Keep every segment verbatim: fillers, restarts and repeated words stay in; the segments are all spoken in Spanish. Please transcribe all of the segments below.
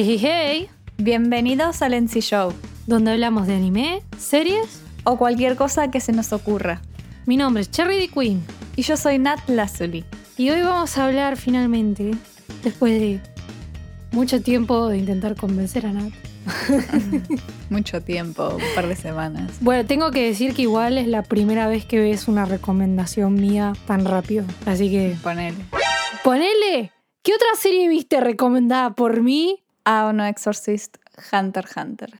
Hey, hey, hey. Bienvenidos al N C Show, donde hablamos de anime, series o cualquier cosa que se nos ocurra. Mi nombre es Cherry the Queen. Y yo soy Nat Lazuli. Y hoy vamos a hablar finalmente, después de mucho tiempo de intentar convencer a Nat. Mucho tiempo, un par de semanas. Bueno, tengo que decir que igual es la primera vez que ves una recomendación mía tan rápido. Así que... Ponele. ¡Ponele! ¿Qué otra serie viste recomendada por mí? Ah, no, Exorcist, Hunter x Hunter.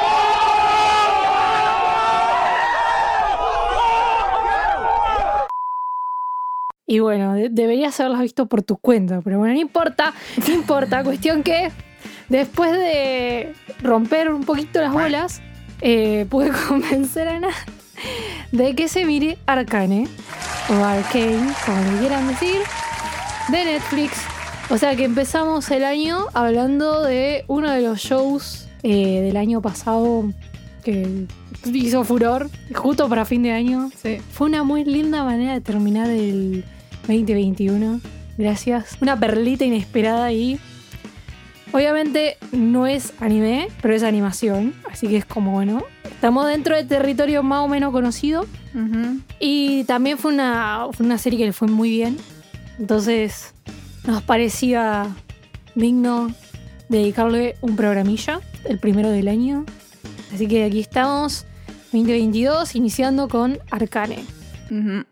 Y bueno, de- deberías haberlas visto por tu cuenta, pero bueno, no importa, no importa. Cuestión que después de romper un poquito las bolas, eh, pude convencer a Nat de que se mire Arcane, o Arcane, como le quieran decir, de Netflix. O sea que empezamos el año hablando de uno de los shows eh, del año pasado que hizo furor, justo para fin de año. Sí. Fue una muy linda manera de terminar el veinte veintiuno. Gracias. Una perlita inesperada ahí. Obviamente no es anime, pero es animación. Así que es como, bueno, estamos dentro de territorio más o menos conocido. Uh-huh. Y también fue una, fue una serie que le fue muy bien. Entonces nos parecía digno dedicarle un programilla, el primero del año. Así que aquí estamos, veinte veintidós, iniciando con Arcane. Uh-huh.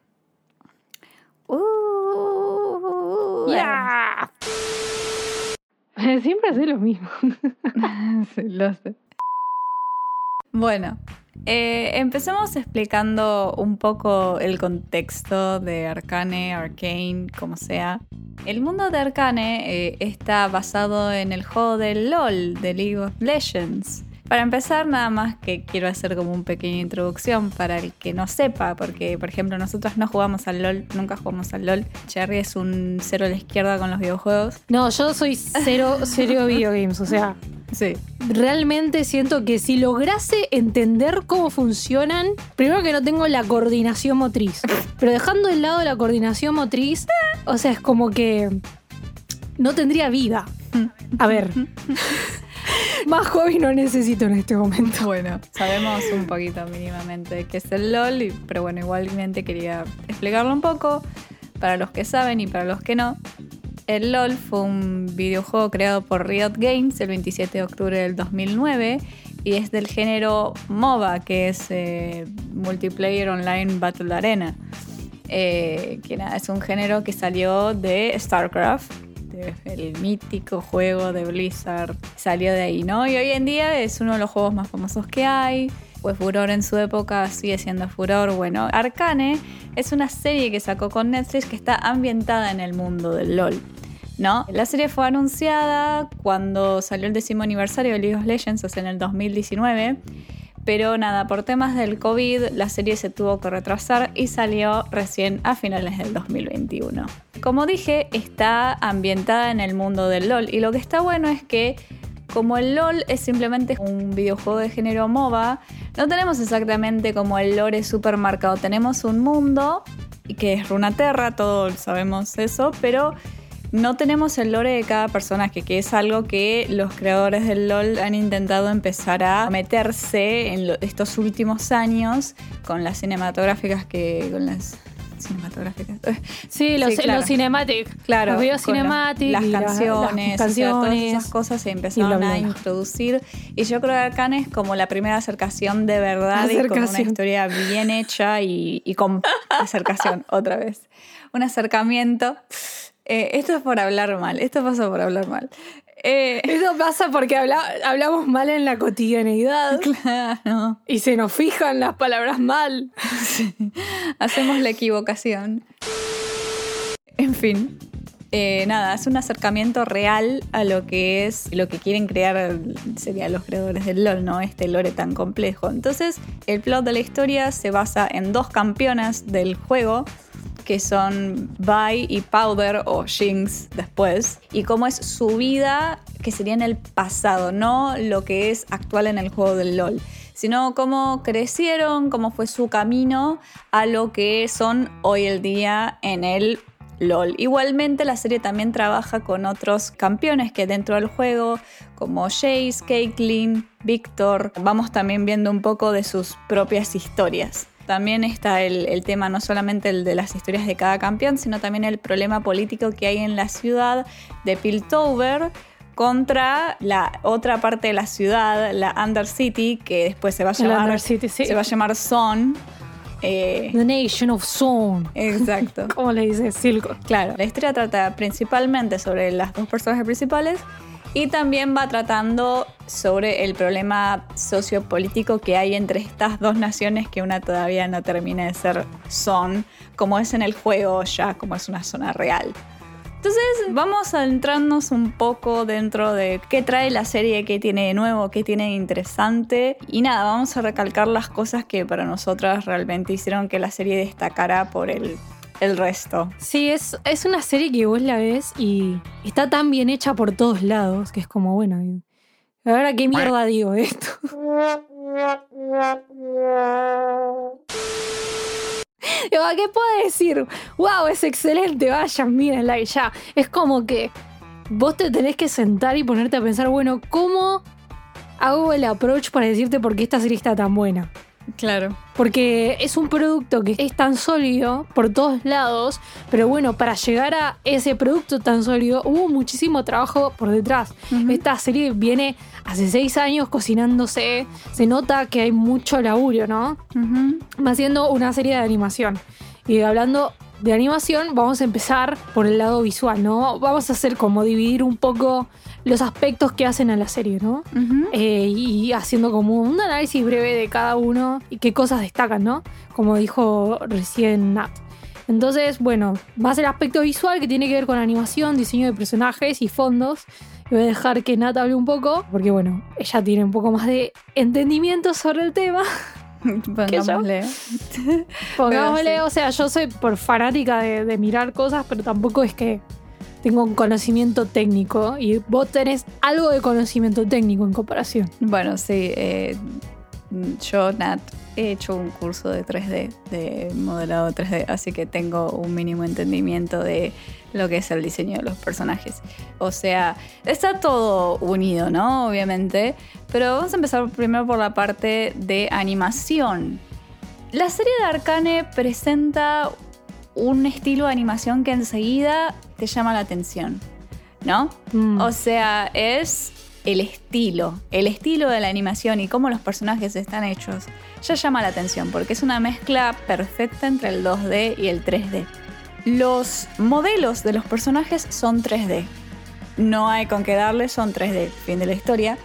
Uh, ¡Ya! Siempre hace lo mismo. Sí, lo sé. Bueno, eh, empecemos explicando un poco el contexto de Arcane, Arcane, como sea. El mundo de Arcane eh, está basado en el juego de LOL, de League of Legends. Para empezar, nada más que quiero hacer como una pequeña introducción para el que no sepa, porque, por ejemplo, nosotros no jugamos al LOL, nunca jugamos al LOL. Cherry es un cero a la izquierda con los videojuegos. No, yo soy cero, cero videogames, o sea... Sí. Realmente siento que si lograse entender cómo funcionan, primero que no tengo la coordinación motriz, pero dejando de lado la coordinación motriz, o sea, es como que no tendría vida. A ver, más hobby no necesito en este momento. Bueno, sabemos un poquito mínimamente de qué es el LOL, y, pero bueno, igualmente quería explicarlo un poco para los que saben y para los que no. El LOL fue un videojuego creado por Riot Games el veintisiete de octubre del dos mil nueve y es del género MOBA, que es eh, Multiplayer Online Battle Arena. Eh, que nada, es un género que salió de StarCraft, de, el mítico juego de Blizzard. Salió de ahí, ¿no? Y hoy en día es uno de los juegos más famosos que hay. Fue furor en su época, sigue siendo furor. Bueno, Arcane es una serie que sacó con Netflix que está ambientada en el mundo del LOL, ¿no? La serie fue anunciada cuando salió el décimo aniversario de League of Legends, o sea, en el dos mil diecinueve. Pero nada, por temas del COVID, la serie se tuvo que retrasar y salió recién a finales del dos mil veintiuno. Como dije, está ambientada en el mundo del LOL. Y lo que está bueno es que, como el LOL es simplemente un videojuego de género MOBA, no tenemos exactamente como el lore super marcado. Tenemos un mundo que es Runeterra, todos sabemos eso, pero no tenemos el lore de cada personaje, que es algo que los creadores del LOL han intentado empezar a meterse en lo, estos últimos años con las cinematográficas que... con las cinematográficas. Sí, los, Sí, claro. los cinematic. Claro, los videos con cinematic. las y la- canciones, las o sea, todas canciones. esas cosas se y empezaron bla, bla, a bla. introducir. Y yo creo que Arcane es como la primera acercación de verdad y con una Acercación. historia bien hecha y, y con acercación, otra vez. Un acercamiento. Eh, esto es por hablar mal, esto pasa por hablar mal. Eh, Eso pasa porque habla- hablamos mal en la cotidianeidad claro, y se nos fijan las palabras mal. sí. Hacemos la equivocación. En fin, eh, nada, es un acercamiento real a lo que es, lo que quieren crear, serían los creadores del LOL, ¿no? Este lore tan complejo. Entonces, el plot de la historia se basa en dos campeonas del juego, que son Vi y Powder, o Jinx después, y cómo es su vida, que sería en el pasado, no lo que es actual en el juego del LOL, sino cómo crecieron, cómo fue su camino a lo que son hoy el día en el LOL. Igualmente la serie también trabaja con otros campeones que dentro del juego, como Jace, Caitlyn, Víctor. Vamos también viendo un poco de sus propias historias. También está el, el tema no solamente el de las historias de cada campeón, sino también el problema político que hay en la ciudad de Piltover contra la otra parte de la ciudad, la Undercity, que después se va a llamar, Undercity, sí. se va a llamar Zone. Eh, The Nation of Zone. Exacto. ¿Cómo le dice Silco? Claro, la historia trata principalmente sobre las dos personajes principales y también va tratando sobre el problema sociopolítico que hay entre estas dos naciones que una todavía no termina de ser zone, como es en el juego ya, como es una zona real. Entonces vamos a entrarnos un poco dentro de qué trae la serie, qué tiene de nuevo, qué tiene de interesante. Y nada, vamos a recalcar las cosas que para nosotras realmente hicieron que la serie destacara por el, el resto. Sí, es, es una serie que vos la ves y está tan bien hecha por todos lados que es como, bueno, ahora qué mierda digo de esto. ¿Qué puedo decir? ¡Wow! Es excelente, vayan, mírenla y ya. Es como que vos te tenés que sentar y ponerte a pensar, bueno, ¿cómo hago el approach para decirte por qué esta serie está tan buena? Claro. Porque es un producto que es tan sólido por todos lados, pero bueno, para llegar a ese producto tan sólido hubo muchísimo trabajo por detrás. Uh-huh. Esta serie viene hace seis años cocinándose, se nota que hay mucho laburo, ¿no? Uh-huh. Haciendo una serie de animación. Y hablando de animación, vamos a empezar por el lado visual, ¿no? Vamos a hacer como dividir un poco los aspectos que hacen a la serie, ¿no? Uh-huh. Eh, y haciendo como un análisis breve de cada uno y qué cosas destacan, ¿no? Como dijo recién Nat. Entonces, bueno, más el aspecto visual que tiene que ver con animación, diseño de personajes y fondos. Voy a dejar que Nat hable un poco, porque bueno, ella tiene un poco más de entendimiento sobre el tema. Pongámosle. Pongámosle, sí. O sea, yo soy por fanática de, de mirar cosas, pero tampoco es que tengo un conocimiento técnico y vos tenés algo de conocimiento técnico en comparación. Bueno, sí, eh, yo, Nat, he hecho un curso de tres D, de modelado tres D, así que tengo un mínimo entendimiento de lo que es el diseño de los personajes. O sea, está todo unido, ¿no? Obviamente, pero vamos a empezar primero por la parte de animación. La serie de Arcane presenta un estilo de animación que enseguida te llama la atención, ¿no? Mm. O sea, es el estilo, el estilo de la animación y cómo los personajes están hechos, ya llama la atención porque es una mezcla perfecta entre el dos D y el tres D. Los modelos de los personajes son tres D, no hay con qué darle, son tres D, fin de la historia.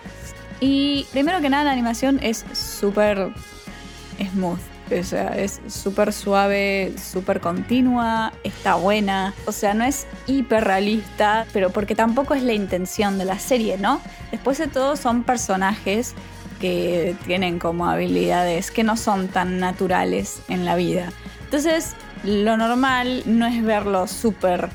Y primero que nada la animación es súper smooth. O sea, es súper suave, súper continua, está buena. O sea, no es hiperrealista, pero porque tampoco es la intención de la serie, ¿no? Después de todo son personajes que tienen como habilidades que no son tan naturales en la vida. Entonces, lo normal no es verlo súper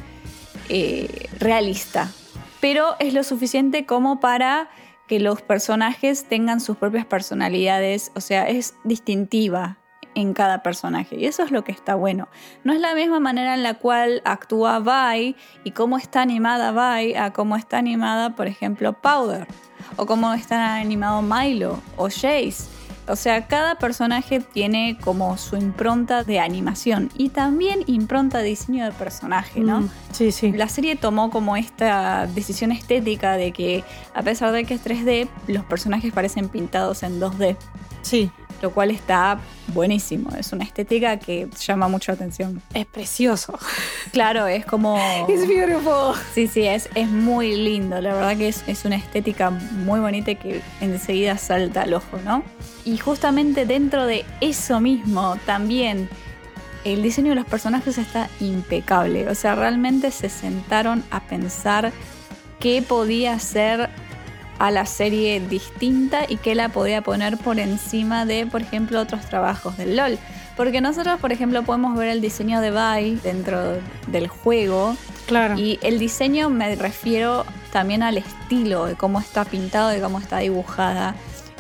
eh, realista, pero es lo suficiente como para que los personajes tengan sus propias personalidades. O sea, es distintiva en cada personaje y eso es lo que está bueno. No es la misma manera en la cual actúa Vi y cómo está animada Vi a cómo está animada, por ejemplo, Powder, o cómo está animado Milo o Jace. O sea, cada personaje tiene como su impronta de animación y también impronta de diseño de personaje, ¿no? Mm, sí, sí. La serie tomó como esta decisión estética de que, a pesar de que es tres D, los personajes parecen pintados en dos D. Sí. Lo cual está buenísimo. Es una estética que llama mucho la atención. Es precioso. Claro, es como... It's beautiful. Sí, sí, es, es muy lindo. La verdad que es, es una estética muy bonita que enseguida salta al ojo, ¿no? Y justamente dentro de eso mismo también el diseño de los personajes está impecable. O sea, realmente se sentaron a pensar qué podía ser a la serie distinta y que la podía poner por encima de, por ejemplo, otros trabajos del LOL. Porque nosotros, por ejemplo, podemos ver el diseño de Vi dentro del juego. Claro. Y el diseño me refiero también al estilo, de cómo está pintado, de cómo está dibujada.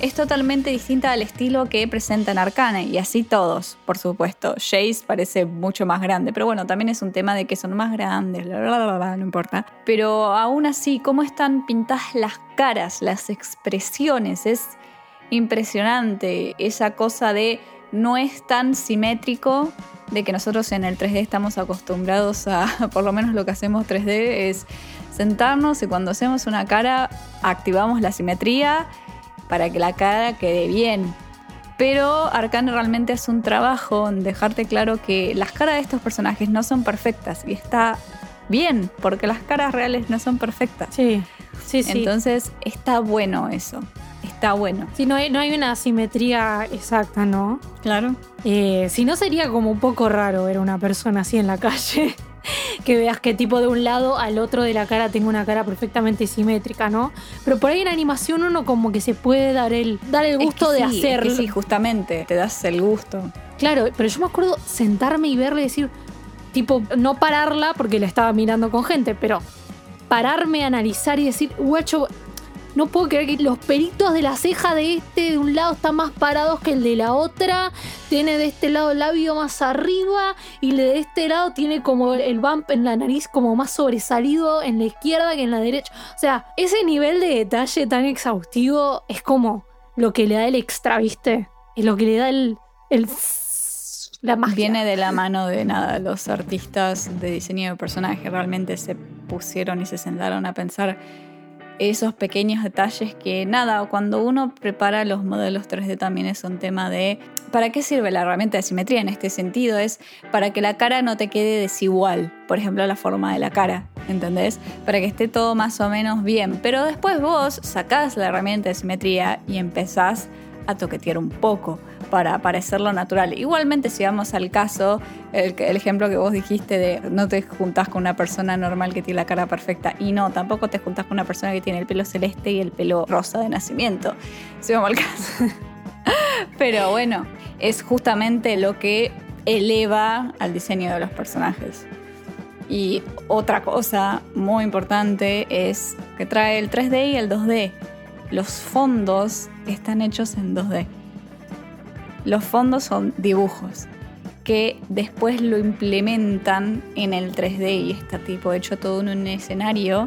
es totalmente distinta al estilo que presenta en Arcane, y así todos, por supuesto. Jace parece mucho más grande, pero bueno, también es un tema de que son más grandes, bla, bla, bla, bla, no importa. Pero aún así, cómo están pintadas las caras, las expresiones, es impresionante. Esa cosa de no es tan simétrico, de que nosotros en el tres D estamos acostumbrados a, por lo menos lo que hacemos tres D es sentarnos y cuando hacemos una cara activamos la simetría para que la cara quede bien. Pero Arcane realmente es un trabajo en dejarte claro que las caras de estos personajes no son perfectas y está bien, porque las caras reales no son perfectas. Sí, sí, sí. Entonces está bueno eso. Está bueno. Sí, no hay, no hay una simetría exacta, ¿no? Claro. Eh, si no, sería como un poco raro ver a una persona así en la calle. Que veas que tipo de un lado al otro de la cara tenga una cara perfectamente simétrica, ¿no? Pero por ahí en animación uno como que se puede dar el, dar el gusto es que de sí, hacerlo. Es que sí, justamente, te das el gusto. Claro, pero yo me acuerdo sentarme y verle y decir, tipo, no pararla porque la estaba mirando con gente, pero pararme a analizar y decir, guacho, no puedo creer que los pelitos de la ceja de este de un lado están más parados que el de la otra. Tiene de este lado el labio más arriba y de este lado tiene como el bump en la nariz como más sobresalido en la izquierda que en la derecha. O sea, ese nivel de detalle tan exhaustivo es como lo que le da el extra, ¿viste? Es lo que le da el... el la magia. Viene de la mano de nada. Los artistas de diseño de personajes realmente se pusieron y se sentaron a pensar esos pequeños detalles que nada, cuando uno prepara los modelos tres D también es un tema de ¿para qué sirve la herramienta de simetría en este sentido? Es para que la cara no te quede desigual, por ejemplo la forma de la cara, ¿entendés? Para que esté todo más o menos bien, pero después vos sacás la herramienta de simetría y empezás a toquetear un poco para parecerlo natural. Igualmente, si vamos al caso, el, el ejemplo que vos dijiste de no te juntás con una persona normal que tiene la cara perfecta, y no, tampoco te juntás con una persona que tiene el pelo celeste y el pelo rosa de nacimiento, si vamos al caso. Pero bueno, es justamente lo que eleva al diseño de los personajes. Y otra cosa muy importante es que trae el tres D y el dos D. Los fondos están hechos en dos D. Los fondos son dibujos que después lo implementan en el tres D y está tipo hecho todo en un escenario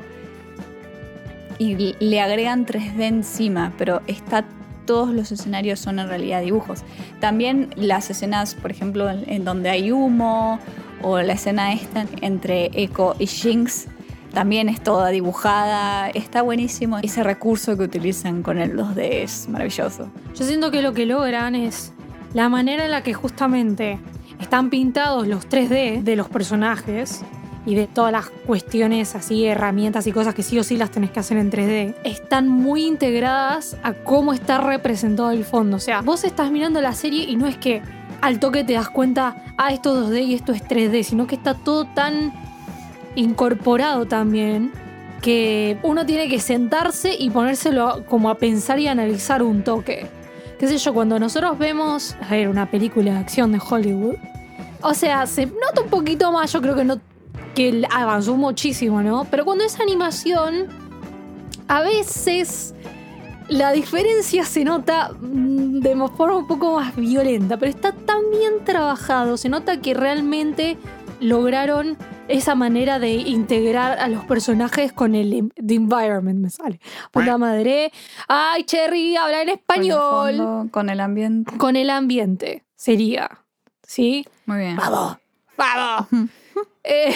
y le agregan tres D encima, pero está, todos los escenarios son en realidad dibujos. También las escenas, por ejemplo, en, en donde hay humo, o la escena esta entre Echo y Jinx, también es toda dibujada. Está buenísimo. Ese recurso que utilizan con el dos D es maravilloso. Yo siento que lo que logran es la manera en la que justamente están pintados los tres D de los personajes y de todas las cuestiones así, herramientas y cosas que sí o sí las tenés que hacer en tres D, están muy integradas a cómo está representado el fondo. O sea, vos estás mirando la serie y no es que al toque te das cuenta, ah, esto es dos D y esto es tres D, sino que está todo tan incorporado también que uno tiene que sentarse y ponérselo como a pensar y analizar un toque. Qué sé yo, cuando nosotros vemos a ver, una película de acción de Hollywood, o sea, se nota un poquito más, yo creo que no que avanzó muchísimo, ¿no? Pero cuando es animación, a veces la diferencia se nota de forma un poco más violenta, pero está tan bien trabajado, se nota que realmente lograron esa manera de integrar a los personajes con el the environment, me sale. Puta madre. Ay, Cherry, habla en español. Con el fondo, con el ambiente. Con el ambiente, sería. ¿Sí? Muy bien. ¡Vamos! ¡Vamos! eh,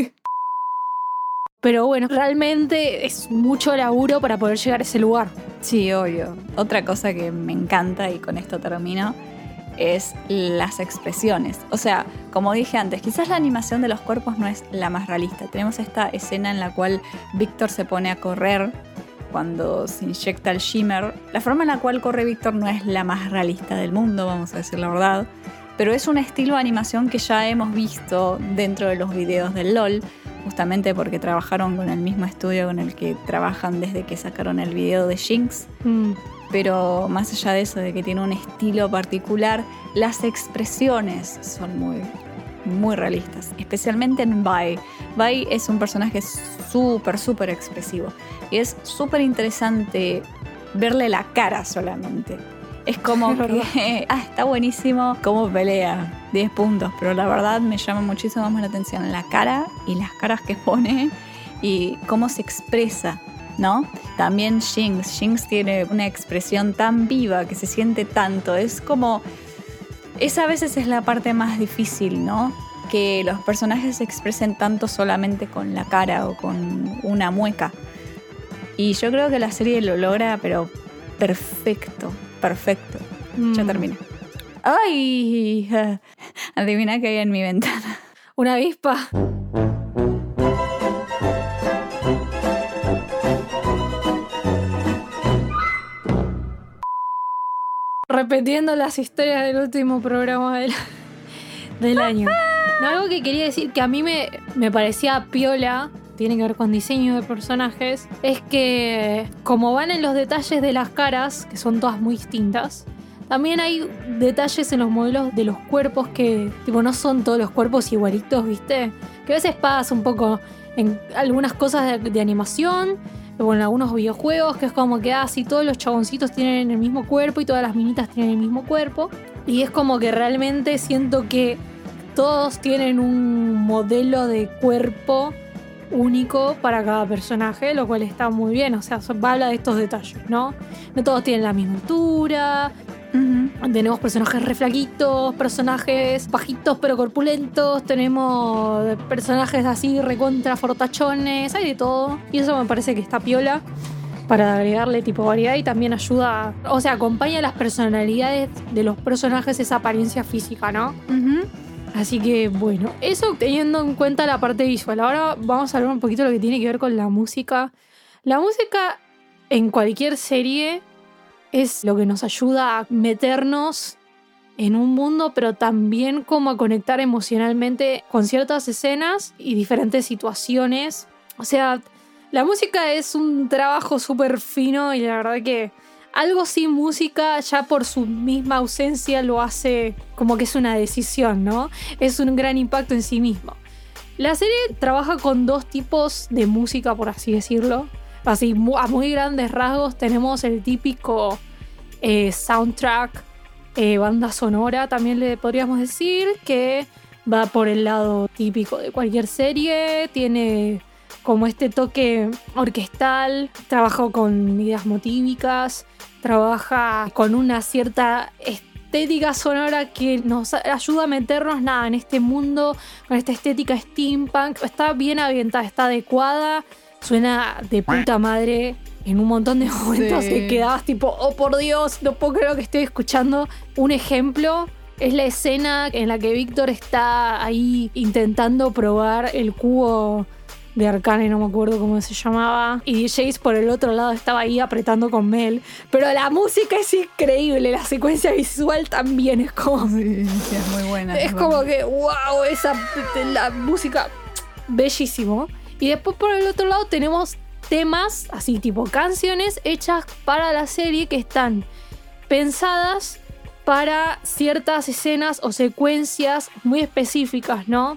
pero bueno, realmente es mucho laburo para poder llegar a ese lugar. Sí, obvio. Otra cosa que me encanta, y con esto termino, es las expresiones. O sea, como dije antes, quizás la animación de los cuerpos no es la más realista. Tenemos esta escena en la cual Víctor se pone a correr cuando se inyecta el shimmer. La forma en la cual corre Víctor no es la más realista del mundo, vamos a decir la verdad, pero es un estilo de animación que ya hemos visto dentro de los videos del LOL, justamente porque trabajaron con el mismo estudio con el que trabajan desde que sacaron el video de Jinx. Mm. Pero más allá de eso, de que tiene un estilo particular, las expresiones son muy, muy realistas. Especialmente en Vi. Vi es un personaje súper, súper expresivo. Y es súper interesante verle la cara solamente. Es como que, ah, está buenísimo cómo pelea, diez puntos, pero la verdad me llama muchísimo más la atención la cara y las caras que pone y cómo se expresa, ¿no? También Jinx, Jinx tiene una expresión tan viva que se siente tanto, es como, esa a veces es la parte más difícil, ¿no? Que los personajes se expresen tanto solamente con la cara o con una mueca. Y yo creo que la serie lo logra, pero perfecto. Perfecto. Mm. Ya terminé. ¡Ay! Adivina qué hay en mi ventana. ¿Una avispa? Repitiendo las historias del último programa del, del año. No, algo que quería decir que a mí me, me parecía piola, tiene que ver con diseño de personajes, es que como van en los detalles de las caras, que son todas muy distintas, también hay detalles en los modelos de los cuerpos que tipo no son todos los cuerpos igualitos, ¿viste? Que a veces pasa un poco en algunas cosas de, de animación o en algunos videojuegos, que es como que así ah, todos los chaboncitos tienen el mismo cuerpo y todas las minitas tienen el mismo cuerpo. Y es como que realmente siento que todos tienen un modelo de cuerpo único para cada personaje, lo cual está muy bien, o sea, habla de estos detalles, ¿no? No todos tienen la misma altura, uh-huh. Tenemos personajes re flaquitos, personajes bajitos pero corpulentos, tenemos personajes así recontra fortachones, hay de todo, y eso me parece que está piola para agregarle tipo variedad y también ayuda, o sea, acompaña las personalidades de los personajes esa apariencia física, ¿no? Uh-huh. Así que bueno, eso teniendo en cuenta la parte visual. Ahora vamos a hablar un poquito de lo que tiene que ver con la música. La música en cualquier serie es lo que nos ayuda a meternos en un mundo, pero también como a conectar emocionalmente con ciertas escenas y diferentes situaciones. O sea, la música es un trabajo súper fino y la verdad que algo sin música ya por su misma ausencia lo hace como que es una decisión, ¿no? Es un gran impacto en sí mismo. La serie trabaja con dos tipos de música, por así decirlo. Así, a muy grandes rasgos tenemos el típico eh, soundtrack, eh, banda sonora, también le podríamos decir, que va por el lado típico de cualquier serie, tiene como este toque orquestal, trabaja con ideas motívicas, trabaja con una cierta estética sonora que nos ayuda a meternos nada en este mundo, con esta estética steampunk. Está bien ambientada, está adecuada, suena de puta madre. En un montón de momentos sí. Te quedabas tipo, oh por Dios, no puedo creer lo que estoy escuchando. Un ejemplo es la escena en la que Víctor está ahí intentando probar el cubo de Arcane, no me acuerdo cómo se llamaba, y Jace por el otro lado estaba ahí apretando con Mel, pero la música es increíble, la secuencia visual también es como sí, sí, es muy buena, es, es como buena. Que wow, esa la música bellísimo. Y después por el otro lado tenemos temas así tipo canciones hechas para la serie que están pensadas para ciertas escenas o secuencias muy específicas, ¿no?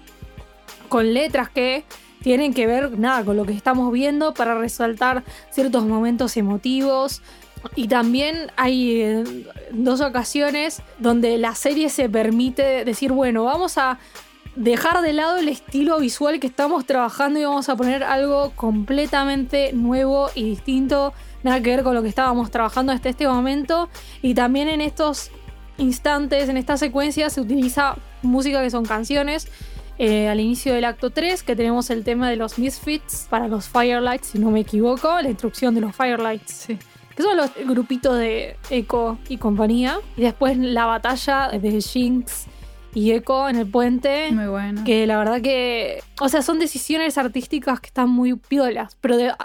Con letras que tienen que ver nada con lo que estamos viendo para resaltar ciertos momentos emotivos. Y también hay eh, dos ocasiones donde la serie se permite decir, bueno, vamos a dejar de lado el estilo visual que estamos trabajando y vamos a poner algo completamente nuevo y distinto, nada que ver con lo que estábamos trabajando hasta este momento. Y también en estos instantes, en estas secuencias, se utiliza música que son canciones. Eh, al inicio del acto tres, que tenemos el tema de los Misfits para los Firelights, si no me equivoco, la instrucción de los Firelights, sí. Que son los grupitos de Echo y compañía. Y después la batalla de Jinx y Echo en el puente. Muy bueno. Que la verdad que, o sea, son decisiones artísticas que están muy piolas, pero de,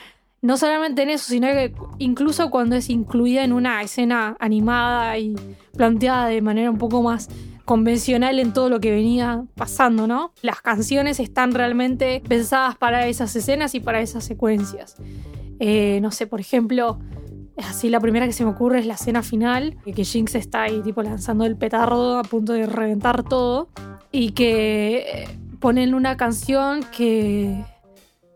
no solamente en eso, sino que incluso cuando es incluida en una escena animada y planteada de manera un poco más convencional en todo lo que venía pasando, ¿no? Las canciones están realmente pensadas para esas escenas y para esas secuencias. Eh, no sé, por ejemplo, así la primera que se me ocurre es la escena final, que Jinx está ahí tipo lanzando el petardo a punto de reventar todo y que ponen una canción que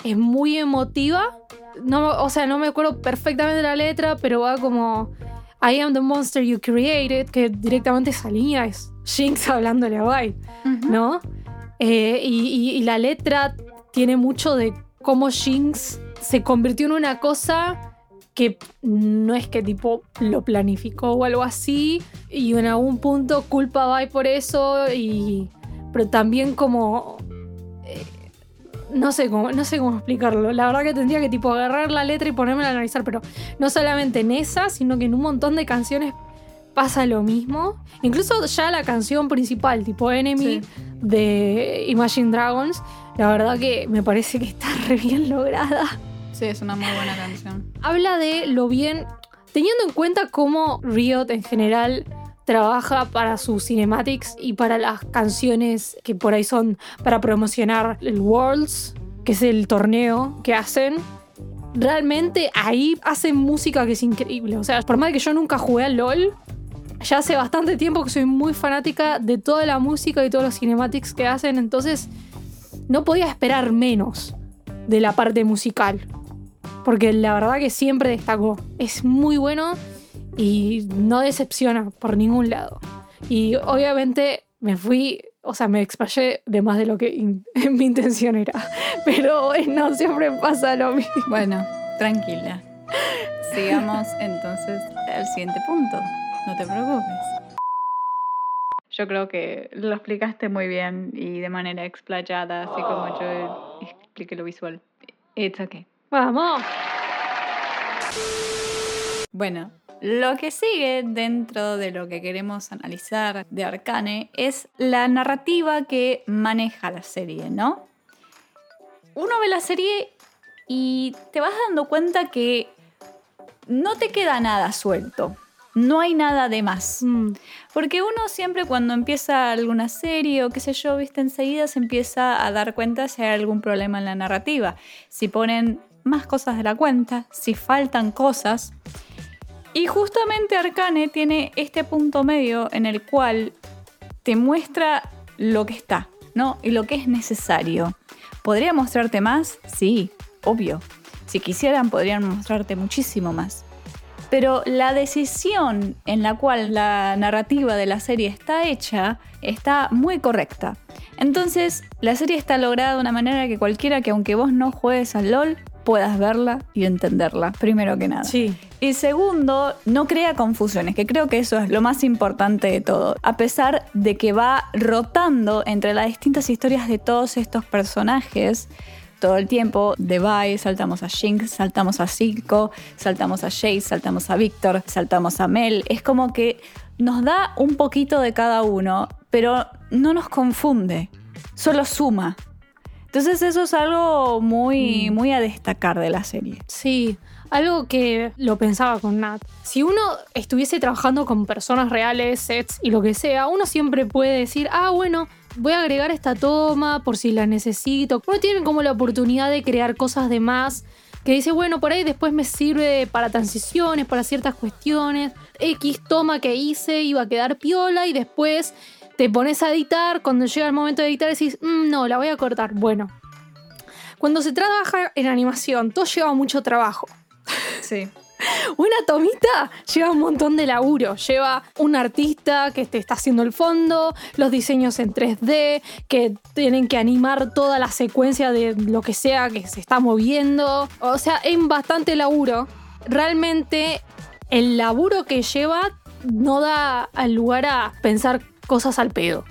es muy emotiva. No, o sea, no me acuerdo perfectamente de la letra, pero va como I am the monster you created, que directamente esa línea es Jinx hablándole a Vi, uh-huh. ¿no? Eh, y, y, y la letra tiene mucho de cómo Jinx se convirtió en una cosa que no es que tipo lo planificó o algo así, y en algún punto culpa a Vi por eso, y, pero también como... Eh, no sé cómo, no sé cómo explicarlo. La verdad que tendría que tipo agarrar la letra y ponerme a analizar, pero no solamente en esa, sino que en un montón de canciones pasa lo mismo. Incluso ya la canción principal, tipo Enemy, sí. de Imagine Dragons, la verdad que me parece que está re bien lograda. Sí, es una muy buena canción. Habla de lo bien, teniendo en cuenta cómo Riot en general trabaja para sus cinematics y para las canciones que por ahí son para promocionar el Worlds, que es el torneo que hacen. Realmente ahí hacen música que es increíble. O sea, por más que yo nunca jugué al LOL, ya hace bastante tiempo que soy muy fanática de toda la música y todos los cinematics que hacen. Entonces no podía esperar menos de la parte musical, porque la verdad que siempre destacó. Es muy bueno y no decepciona por ningún lado. Y obviamente me fui, o sea, me explayé de más de lo que in- mi intención era. Pero no siempre pasa lo mismo. Bueno, tranquila. Sigamos entonces al siguiente punto. No te preocupes. Yo creo que lo explicaste muy bien y de manera explayada, así como yo expliqué lo visual. It's okay. ¡Vamos! Bueno, lo que sigue dentro de lo que queremos analizar de Arcane es la narrativa que maneja la serie, ¿no? Uno ve la serie y te vas dando cuenta que no te queda nada suelto. No hay nada de más. Mm. Porque uno siempre cuando empieza alguna serie o qué sé yo, viste, enseguida se empieza a dar cuenta si hay algún problema en la narrativa. Si ponen más cosas de la cuenta, si faltan cosas. Y justamente Arcane tiene este punto medio en el cual te muestra lo que está, ¿no? Y lo que es necesario. ¿Podría mostrarte más? Sí, obvio. Si quisieran, podrían mostrarte muchísimo más. Pero la decisión en la cual la narrativa de la serie está hecha está muy correcta. Entonces, la serie está lograda de una manera que cualquiera que, aunque vos no juegues al LOL, puedas verla y entenderla, primero que nada. Sí. Y segundo, no crea confusiones, que creo que eso es lo más importante de todo. A pesar de que va rotando entre las distintas historias de todos estos personajes, todo el tiempo, de Vi, saltamos a Jinx, saltamos a Silco, saltamos a Jace, saltamos a Víctor, saltamos a Mel. Es como que nos da un poquito de cada uno, pero no nos confunde, solo suma. Entonces eso es algo muy, muy a destacar de la serie. Sí, algo que lo pensaba con Nat. Si uno estuviese trabajando con personas reales, sets y lo que sea, uno siempre puede decir, ah, bueno, voy a agregar esta toma por si la necesito. Uno tiene como la oportunidad de crear cosas de más que dice, bueno, por ahí después me sirve para transiciones, para ciertas cuestiones. X toma que hice iba a quedar piola y después te pones a editar. Cuando llega el momento de editar decís, mmm, no, la voy a cortar. Bueno, cuando se trabaja en animación, todo lleva mucho trabajo. Sí. Una tomita lleva un montón de laburo. Lleva un artista que te está haciendo el fondo, los diseños en tres D, que tienen que animar toda la secuencia de lo que sea que se está moviendo. O sea, es bastante laburo. Realmente el laburo que lleva no da lugar a pensar cosas al pedo.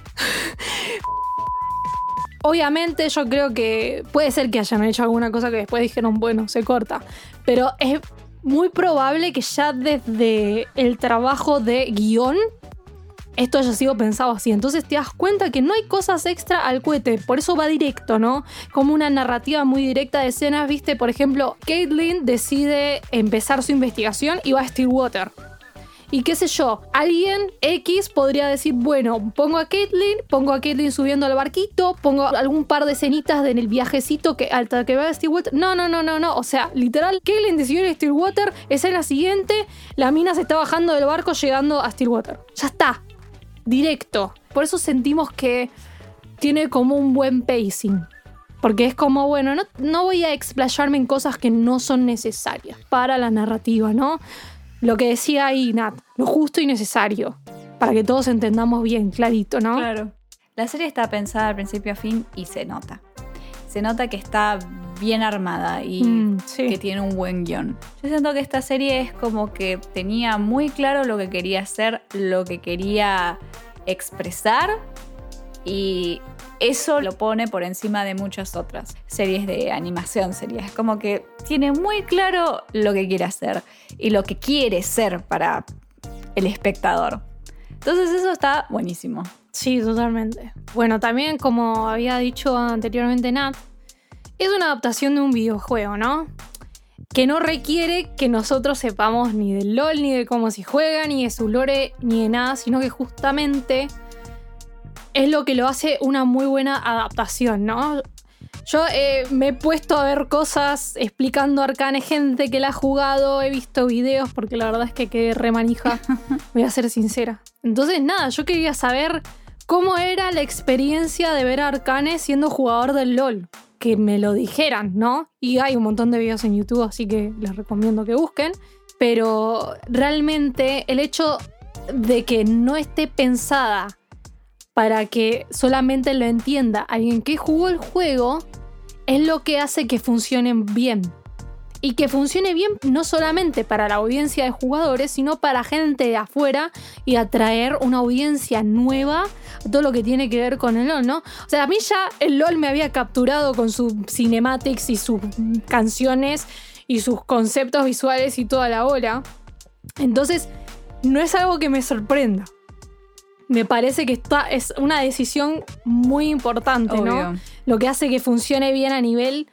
Obviamente yo creo que puede ser que hayan hecho alguna cosa que después dijeron, bueno, se corta. Pero es muy probable que ya desde el trabajo de guión esto haya sido pensado así. Entonces te das cuenta que no hay cosas extra al cohete. Por eso va directo, ¿no? Como una narrativa muy directa de escenas. Viste, por ejemplo, Caitlyn decide empezar su investigación y va a Stillwater. Y qué sé yo, alguien X podría decir, bueno, pongo a Caitlyn, pongo a Caitlyn subiendo al barquito, pongo algún par de escenitas en el viajecito que, hasta que va a Stillwater. No, no, no, no, no. O sea, literal, Caitlyn decidió ir a Stillwater, escena siguiente, la mina se está bajando del barco llegando a Stillwater. Ya está. Directo. Por eso sentimos que tiene como un buen pacing. Porque es como, bueno, no, no voy a explayarme en cosas que no son necesarias para la narrativa, ¿no? Lo que decía ahí Nat, lo justo y necesario, para que todos entendamos bien, clarito, ¿no? Claro. La serie está pensada al principio a fin y se nota. Se nota que está bien armada y mm, sí. que tiene un buen guión. Yo siento que esta serie es como que tenía muy claro lo que quería hacer, lo que quería expresar, y eso lo pone por encima de muchas otras series de animación. Series como que tiene muy claro lo que quiere hacer y lo que quiere ser para el espectador. Entonces eso está buenísimo. Sí, totalmente. Bueno, también como había dicho anteriormente Nat, es una adaptación de un videojuego, ¿no? Que no requiere que nosotros sepamos ni del LOL, ni de cómo se juega, ni de su lore, ni de nada, sino que justamente es lo que lo hace una muy buena adaptación, ¿no? Yo eh, me he puesto a ver cosas explicando Arcane, gente que la ha jugado, he visto videos, porque la verdad es que quedé re manija, voy a ser sincera. Entonces, nada, yo quería saber cómo era la experiencia de ver a Arcane siendo jugador del LOL. Que me lo dijeran, ¿no? Y hay un montón de videos en YouTube, así que les recomiendo que busquen. Pero realmente el hecho de que no esté pensada para que solamente lo entienda alguien que jugó el juego es lo que hace que funcionen bien. Y que funcione bien no solamente para la audiencia de jugadores, sino para gente de afuera y atraer una audiencia nueva a todo lo que tiene que ver con el LOL, ¿no? O sea, a mí ya el LOL me había capturado con sus cinematics y sus canciones y sus conceptos visuales y toda la ola. Entonces, no es algo que me sorprenda. Me parece que esta es una decisión muy importante, Obvio. ¿no? Lo que hace que funcione bien a nivel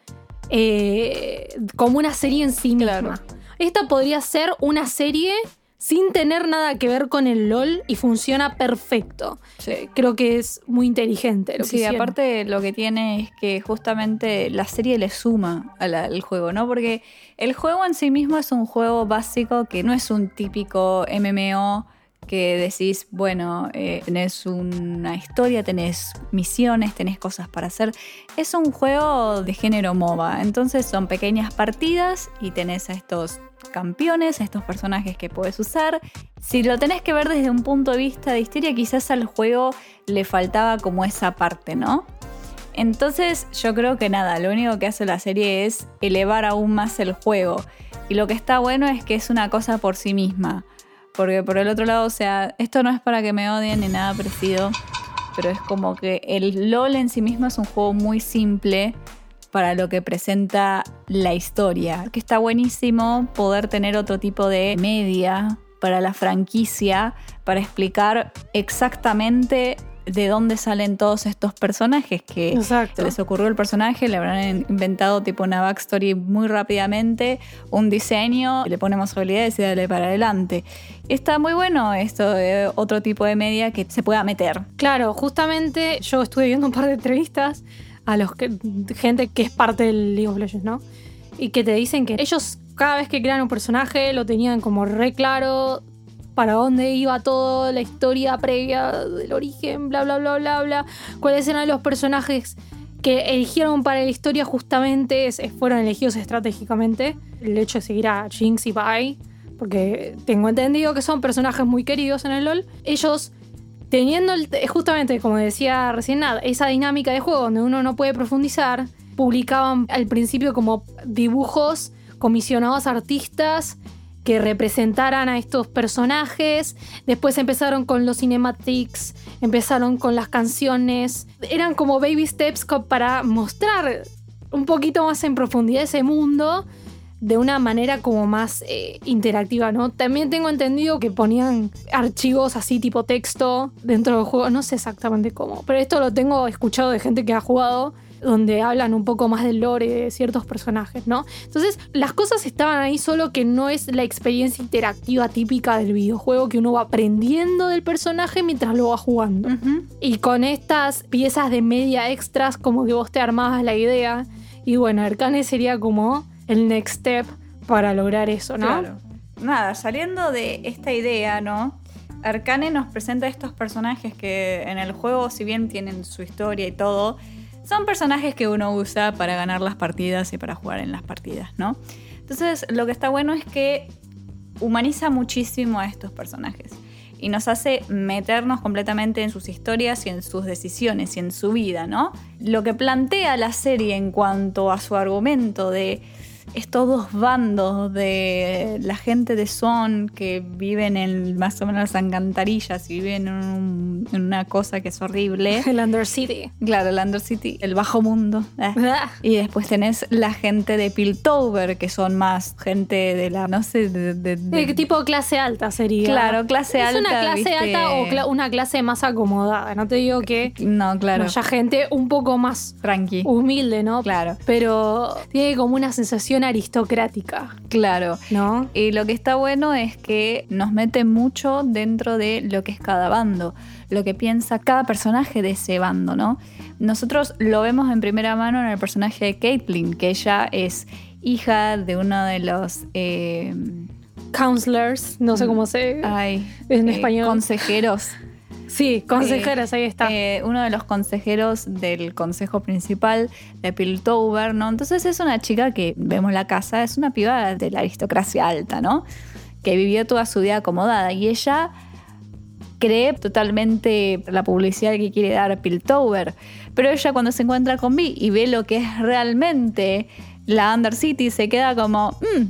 eh, como una serie en sí misma. Claro. Esta podría ser una serie sin tener nada que ver con el LOL y funciona perfecto. Sí. Creo que es muy inteligente lo que Sí, hicieron. aparte lo que tiene es que justamente la serie le suma al, al juego, ¿no? Porque el juego en sí mismo es un juego básico que no es un típico M M O que decís, bueno, eh, tenés una historia, tenés misiones, tenés cosas para hacer. Es un juego de género MOBA, entonces son pequeñas partidas y tenés a estos campeones, a estos personajes que podés usar. Si lo tenés que ver desde un punto de vista de historia, quizás al juego le faltaba como esa parte, ¿no? Entonces yo creo que nada, lo único que hace la serie es elevar aún más el juego. Y lo que está bueno es que es una cosa por sí misma. Porque por el otro lado, o sea, esto no es para que me odien ni nada parecido, pero es como que el LOL en sí mismo es un juego muy simple para lo que presenta la historia. Que está buenísimo poder tener otro tipo de media para la franquicia, para explicar exactamente de dónde salen todos estos personajes, que Exacto. se les ocurrió el personaje, le habrán inventado tipo una backstory muy rápidamente, un diseño, le ponemos habilidades y dale para adelante. Está muy bueno esto de otro tipo de media que se pueda meter. Claro, justamente yo estuve viendo un par de entrevistas a los que, gente que es parte del League of Legends, ¿no? Y que te dicen que ellos cada vez que crean un personaje lo tenían como re claro para dónde iba todo, la historia previa del origen, bla, bla, bla, bla, bla. Cuáles eran los personajes que eligieron para la historia justamente, fueron elegidos estratégicamente. El hecho de seguir a Jinx y Vi, porque tengo entendido que son personajes muy queridos en el LoL. Ellos, teniendo el, justamente, como decía recién Nat, esa dinámica de juego donde uno no puede profundizar, publicaban al principio como dibujos comisionados a artistas que representaran a estos personajes. Después empezaron con los cinematics, empezaron con las canciones. Eran como baby steps para mostrar un poquito más en profundidad ese mundo de una manera como más eh, interactiva, ¿no? También tengo entendido que ponían archivos así tipo texto dentro del juego. No sé exactamente cómo, pero esto lo tengo escuchado de gente que ha jugado, donde hablan un poco más del lore de ciertos personajes, ¿no? Entonces, las cosas estaban ahí, solo que no es la experiencia interactiva típica del videojuego que uno va aprendiendo del personaje mientras lo va jugando. Uh-huh. Y con estas piezas de media extras, como que vos te armabas la idea. Y bueno, Arcane sería como el next step para lograr eso, ¿no? Claro. Nada, saliendo de esta idea, ¿no? Arcane nos presenta estos personajes que en el juego, si bien tienen su historia y todo, son personajes que uno usa para ganar las partidas y para jugar en las partidas, ¿no? Entonces, lo que está bueno es que humaniza muchísimo a estos personajes y nos hace meternos completamente en sus historias y en sus decisiones y en su vida, ¿no? Lo que plantea la serie en cuanto a su argumento de estos dos bandos de la gente de Swan que viven en más o menos las alcantarillas y viven en, un, en una cosa que es horrible. El Undercity. Claro, el Undercity, el bajo mundo. Eh. Y después tenés la gente de Piltover, que son más gente de la, no sé, de... de, de... de tipo clase alta sería. Claro, clase es alta. Es una clase ¿viste? alta o cl- una clase más acomodada. No te digo que no, claro. no haya gente un poco más tranqui, humilde, ¿no? Claro. Pero tiene como una sensación aristocrática. Claro. ¿No? Y lo que está bueno es que nos mete mucho dentro de lo que es cada bando, lo que piensa cada personaje de ese bando, ¿no? Nosotros lo vemos en primera mano en el personaje de Caitlyn, que ella es hija de uno de los... Eh, counselors, no sé cómo se... Ay, en eh, español. Consejeros. Sí, consejeros, eh, ahí está. Eh, uno de los consejeros del consejo principal de Piltover, ¿no? Entonces es una chica que, vemos la casa, es una piba de la aristocracia alta, ¿no? Que vivió toda su vida acomodada y ella cree totalmente la publicidad que quiere dar Piltover. Pero ella cuando se encuentra con Vi y ve lo que es realmente la Undercity, se queda como... Mmm.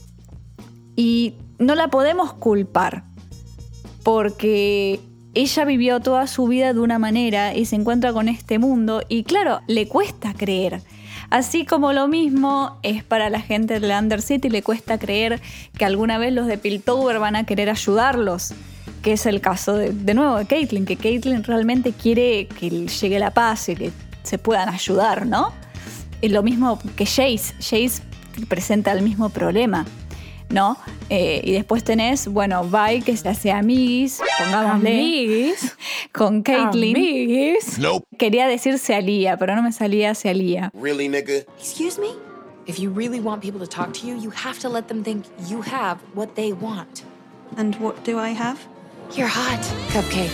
Y no la podemos culpar porque... ella vivió toda su vida de una manera y se encuentra con este mundo y claro, le cuesta creer. Así como lo mismo es para la gente de la Undercity, le cuesta creer que alguna vez los de Piltover van a querer ayudarlos, que es el caso de, de nuevo de Caitlyn, que Caitlyn realmente quiere que llegue la paz y que se puedan ayudar, ¿no? Y lo mismo que Jace, Jace presenta el mismo problema, ¿no? Eh, y después tenés, bueno, Vi, que se hace amiguis, pongámosle, Amiguis. con Caitlyn. Amiguis. Nope. Quería decir se alía, pero no me salía se alía. Really, nigga? Excuse me? If you really want people to talk to you, you have to let them think you have what they want. And what do I have? You're hot, Cupcake.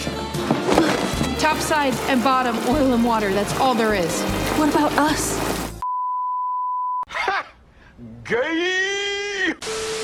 Top sides and bottom, oil and water. That's all there is. What about us? Gay!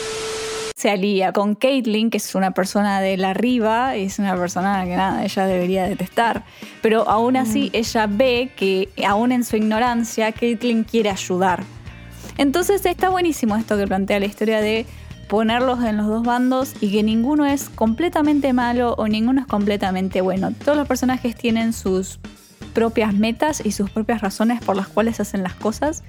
Se alía con Caitlyn, que es una persona de la arriba, y es una persona que nada, ella debería detestar. Pero aún así mm. ella ve que, aún en su ignorancia, Caitlyn quiere ayudar. Entonces está buenísimo esto que plantea la historia de ponerlos en los dos bandos y que ninguno es completamente malo o ninguno es completamente bueno. Todos los personajes tienen sus propias metas y sus propias razones por las cuales hacen las cosas.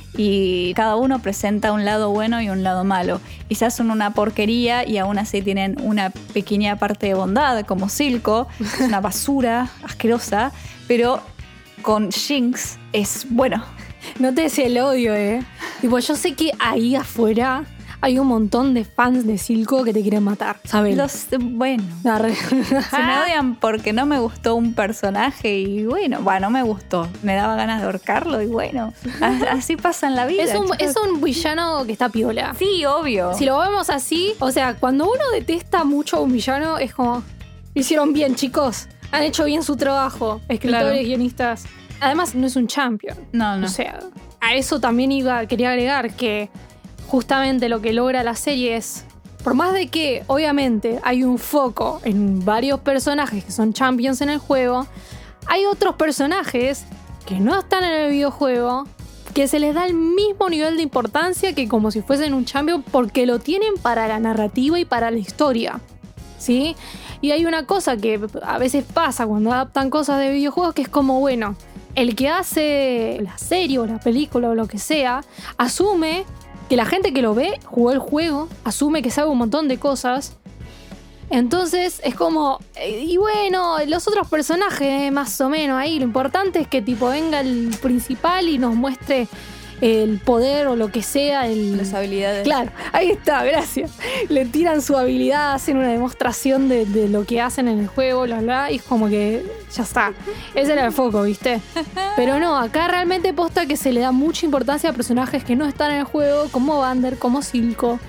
Y cada uno presenta un lado bueno y un lado malo. Quizás son una porquería y aún así tienen una pequeña parte de bondad, como Silco, es una basura asquerosa, pero con Jinx es bueno. No te decía el odio, eh. Tipo, yo sé que ahí afuera hay un montón de fans de Silco que te quieren matar, ¿sabes? Los, bueno, se me odian porque no me gustó un personaje y bueno, bueno, no me gustó. Me daba ganas de ahorcarlo y bueno, así pasa en la vida. Es un, chicos. es un villano que está piola. Sí, obvio. Si lo vemos así, o sea, cuando uno detesta mucho a un villano, es como, lo hicieron bien, chicos. Han hecho bien su trabajo. Escritores, claro. Guionistas. Además, no es un champion. No, no. O sea, a eso también iba, quería agregar que justamente lo que logra la serie es, por más de que obviamente hay un foco en varios personajes que son champions en el juego, hay otros personajes que no están en el videojuego que se les da el mismo nivel de importancia que como si fuesen un champion porque lo tienen para la narrativa y para la historia, ¿sí? Y hay una cosa que a veces pasa cuando adaptan cosas de videojuegos que es como, bueno, el que hace la serie o la película o lo que sea asume que la gente que lo ve jugó el juego, asume que sabe un montón de cosas. Entonces es como, y bueno, los otros personajes más o menos ahí, lo importante es que tipo venga el principal y nos muestre el poder o lo que sea. El... Las habilidades. Claro, ahí está, gracias. Le tiran su habilidad, hacen una demostración de, de lo que hacen en el juego, bla, bla, y es como que ya está. Ese era el foco, ¿viste? Pero no, acá realmente posta que se le da mucha importancia a personajes que no están en el juego, como Vander, como Silco,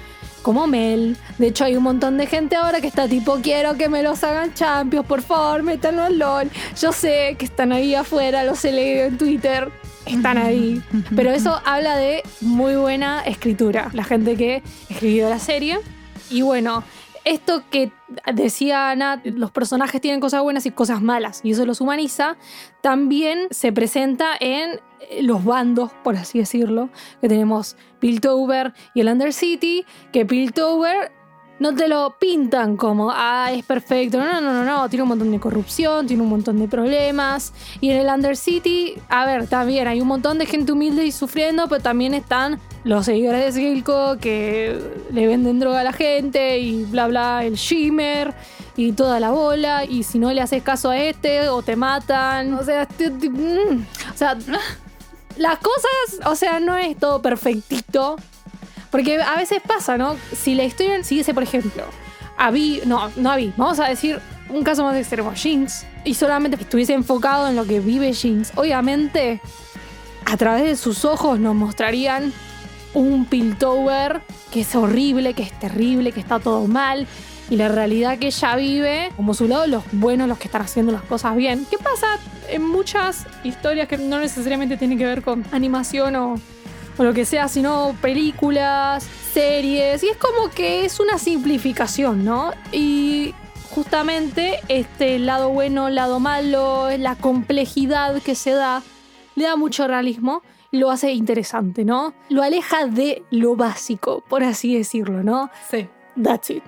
como Mel. De hecho, hay un montón de gente ahora que está tipo, quiero que me los hagan champions, por favor, métanlo al LOL. Yo sé que están ahí afuera, los he leído en Twitter, están ahí. Pero eso habla de muy buena escritura, la gente que escribió la serie. Y bueno, esto que decía Ana, los personajes tienen cosas buenas y cosas malas, y eso los humaniza, también se presenta en los bandos, por así decirlo, que tenemos Piltover y el Undercity, que Piltover no te lo pintan como, ah, es perfecto, no, no, no, no, tiene un montón de corrupción, tiene un montón de problemas, y en el Undercity, a ver, también hay un montón de gente humilde y sufriendo, pero también están los seguidores de Silco que le venden droga a la gente y bla bla, el shimmer y toda la bola, y si no le haces caso a este o te matan, o sea, t- t- mm, o sea, las cosas, o sea, no es todo perfectito, porque a veces pasa, ¿no? Si la historia siguiese, por ejemplo, a Vi, no, no a Vi, vamos a decir un caso más extremo, Jinx, y solamente estuviese enfocado en lo que vive Jinx, obviamente a través de sus ojos nos mostrarían un Piltover que es horrible, que es terrible, que está todo mal, y la realidad que ella vive, como su lado, los buenos, los que están haciendo las cosas bien. ¿Qué pasa en muchas historias que no necesariamente tienen que ver con animación o, o lo que sea, sino películas, series? Y es como que es una simplificación, ¿no? Y justamente este lado bueno, lado malo, la complejidad que se da, le da mucho realismo. Lo hace interesante, ¿no? Lo aleja de lo básico, por así decirlo, ¿no? Sí. That's it.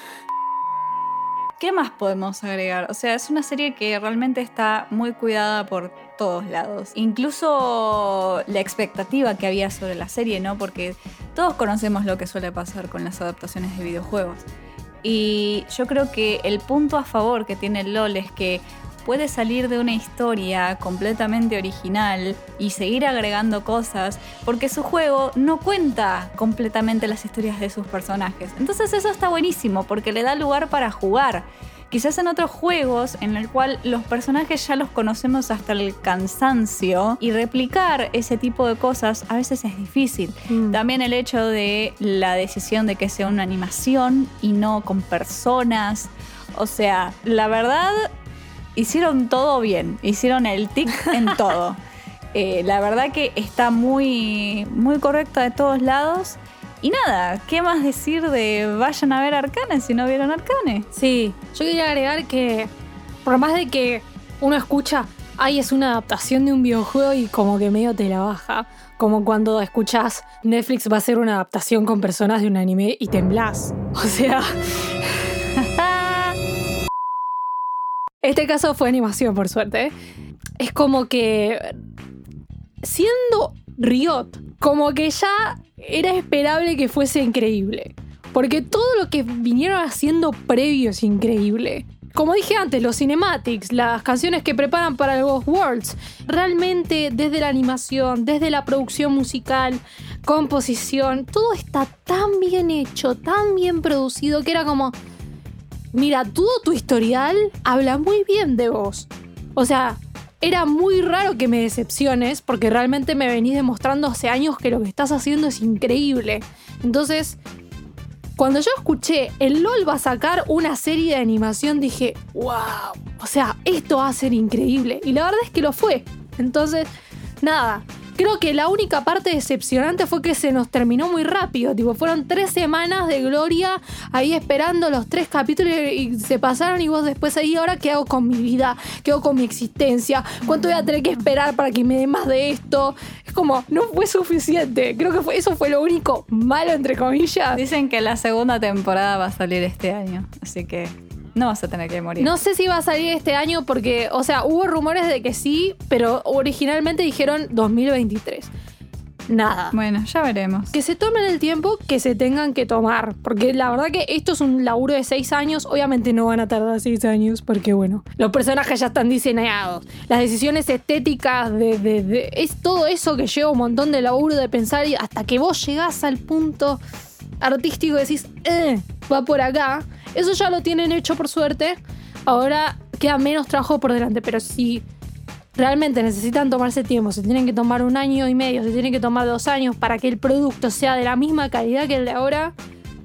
¿Qué más podemos agregar? O sea, es una serie que realmente está muy cuidada por todos lados. Incluso la expectativa que había sobre la serie, ¿no? Porque todos conocemos lo que suele pasar con las adaptaciones de videojuegos. Y yo creo que el punto a favor que tiene LOL es que puede salir de una historia completamente original y seguir agregando cosas, porque su juego no cuenta completamente las historias de sus personajes. Entonces eso está buenísimo, porque le da lugar para jugar. Quizás en otros juegos en el cual los personajes ya los conocemos hasta el cansancio, y replicar ese tipo de cosas a veces es difícil. Mm. También el hecho de la decisión de que sea una animación y no con personas. O sea, la verdad, hicieron todo bien, hicieron el tic en todo. Eh, la verdad que está muy, muy correcta de todos lados. Y nada, ¿qué más decir de vayan a ver Arcane si no vieron Arcane? Sí, yo quería agregar que por más de que uno escucha, ay, es una adaptación de un videojuego, y como que medio te la baja, como cuando escuchas Netflix va a hacer una adaptación con personas de un anime y temblás. O sea... Este caso fue animación, por suerte. Es como que, siendo Riot, como que ya era esperable que fuese increíble. Porque todo lo que vinieron haciendo previo es increíble. Como dije antes, los cinematics, las canciones que preparan para el Ghost Worlds, realmente desde la animación, desde la producción musical, composición, todo está tan bien hecho, tan bien producido, que era como... Mira, todo tu historial habla muy bien de vos. O sea, era muy raro que me decepciones, porque realmente me venís demostrando hace años que lo que estás haciendo es increíble. Entonces, cuando yo escuché el LOL va a sacar una serie de animación, dije, wow, o sea, esto va a ser increíble. Y la verdad es que lo fue. Entonces, nada... Creo que la única parte decepcionante fue que se nos terminó muy rápido. Tipo, fueron tres semanas de gloria ahí esperando los tres capítulos y se pasaron, y vos después ahí, ¿ahora qué hago con mi vida? ¿Qué hago con mi existencia? ¿Cuánto voy a tener que esperar para que me dé más de esto? Es como, no fue suficiente. Creo que fue, eso fue lo único malo, entre comillas. Dicen que la segunda temporada va a salir este año, así que... no vas a tener que morir. No sé si va a salir este año porque, o sea, hubo rumores de que sí, pero originalmente dijeron dos mil veintitrés. Nada. Bueno, ya veremos. Que se tomen el tiempo que se tengan que tomar. Porque la verdad que esto es un laburo de seis años. Obviamente no van a tardar seis años porque, bueno, los personajes ya están diseñados. Las decisiones estéticas de, de, de... es todo eso que lleva un montón de laburo de pensar, y hasta que vos llegás al punto artístico y decís, eh, va por acá. Eso ya lo tienen hecho, por suerte. Ahora queda menos trabajo por delante. Pero si realmente necesitan tomarse tiempo, se tienen que tomar un año y medio, se tienen que tomar dos años para que el producto sea de la misma calidad que el de ahora,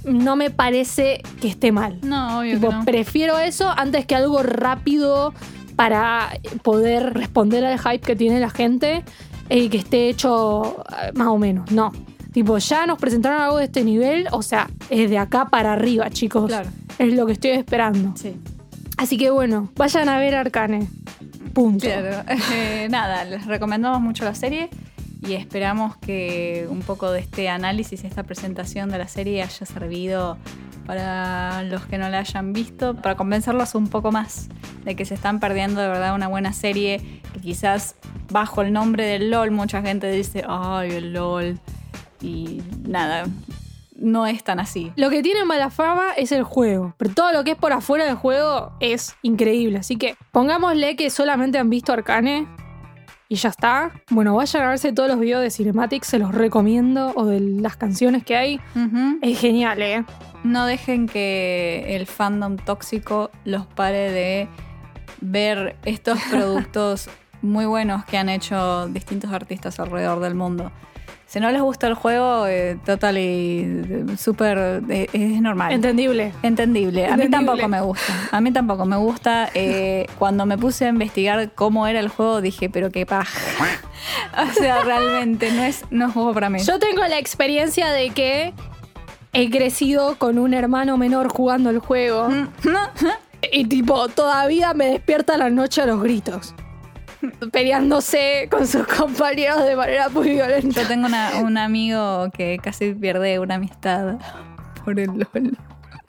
no me parece que esté mal. No, obvio Tipo, que no. prefiero eso antes que algo rápido para poder responder al hype que tiene la gente y que esté hecho eh, más o menos. No. Tipo, ya nos presentaron algo de este nivel, o sea, es de acá para arriba, chicos. Claro. Es lo que estoy esperando. Sí. Así que bueno, vayan a ver Arcane. Punto. Claro. Eh, nada, les recomendamos mucho la serie y esperamos que un poco de este análisis, esta presentación de la serie haya servido para los que no la hayan visto, para convencerlos un poco más de que se están perdiendo de verdad una buena serie, que quizás bajo el nombre del LOL mucha gente dice, ay, el LOL, y nada, no es tan así. Lo que tiene mala fama es el juego, pero todo lo que es por afuera del juego es increíble. Así que pongámosle que solamente han visto Arcane y ya está. Bueno, vayan a verse todos los videos de Cinematics, se los recomiendo, o de las canciones que hay. Uh-huh. Es genial, ¿eh? No dejen que el fandom tóxico los pare de ver estos productos muy buenos que han hecho distintos artistas alrededor del mundo. Si no les gusta el juego, eh, totally, súper, eh, es normal. Entendible. Entendible. A mí Entendible. tampoco me gusta. A mí tampoco me gusta. Eh, cuando me puse a investigar cómo era el juego, dije, pero qué paja. O sea, realmente no es, no es juego para mí. Yo tengo la experiencia de que he crecido con un hermano menor jugando el juego. Y tipo, todavía me despierta a la noche a los gritos. Peleándose con sus compañeros de manera muy violenta. Yo tengo una- un amigo que casi pierde una amistad por el LOL.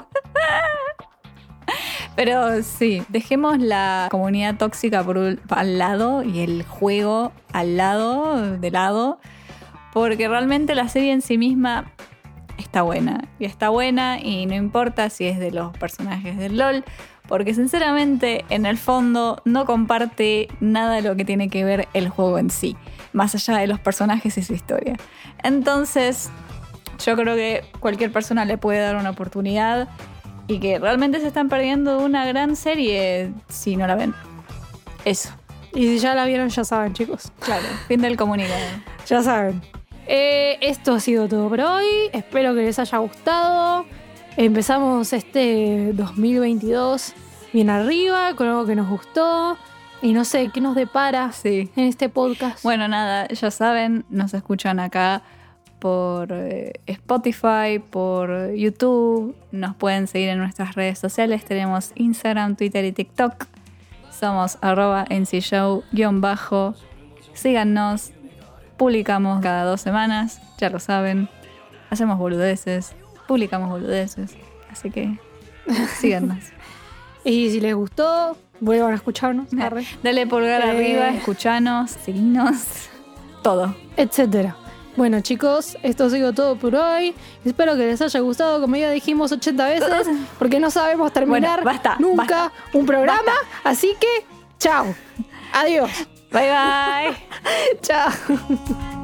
Pero sí, dejemos la comunidad tóxica por un- al lado y el juego al lado, de lado, porque realmente la serie en sí misma está buena. Y está buena y no importa si es de los personajes del LOL, porque sinceramente en el fondo no comparte nada de lo que tiene que ver el juego en sí, más allá de los personajes y su historia. Entonces, yo creo que cualquier persona le puede dar una oportunidad y que realmente se están perdiendo una gran serie si no la ven. Eso, Y si ya la vieron, ya saben, chicos. claro, fin del comunicado. Ya saben. Eh, esto ha sido todo por hoy. Espero que les haya gustado. Empezamos este dos mil veintidós bien arriba, con algo que nos gustó. Y no sé, ¿qué nos depara Sí. en este podcast? Bueno, nada, ya saben, nos escuchan acá por eh, Spotify, por YouTube. Nos pueden seguir en nuestras redes sociales. Tenemos Instagram, Twitter y TikTok. Somos arroba nshow guión bajo. Síganos. Publicamos cada dos semanas, ya lo saben. Hacemos boludeces, publicamos boludeces. Así que síganos. Y si les gustó, vuelvan a escucharnos, arre, Dale pulgar Eh. arriba, escuchanos, seguinos, todo. etcétera. Bueno, chicos, esto ha sido todo por hoy. Espero que les haya gustado, como ya dijimos ochenta veces, porque no sabemos terminar Bueno, basta, nunca basta. un programa. Así que, chao. Adiós. Bye bye. Chao.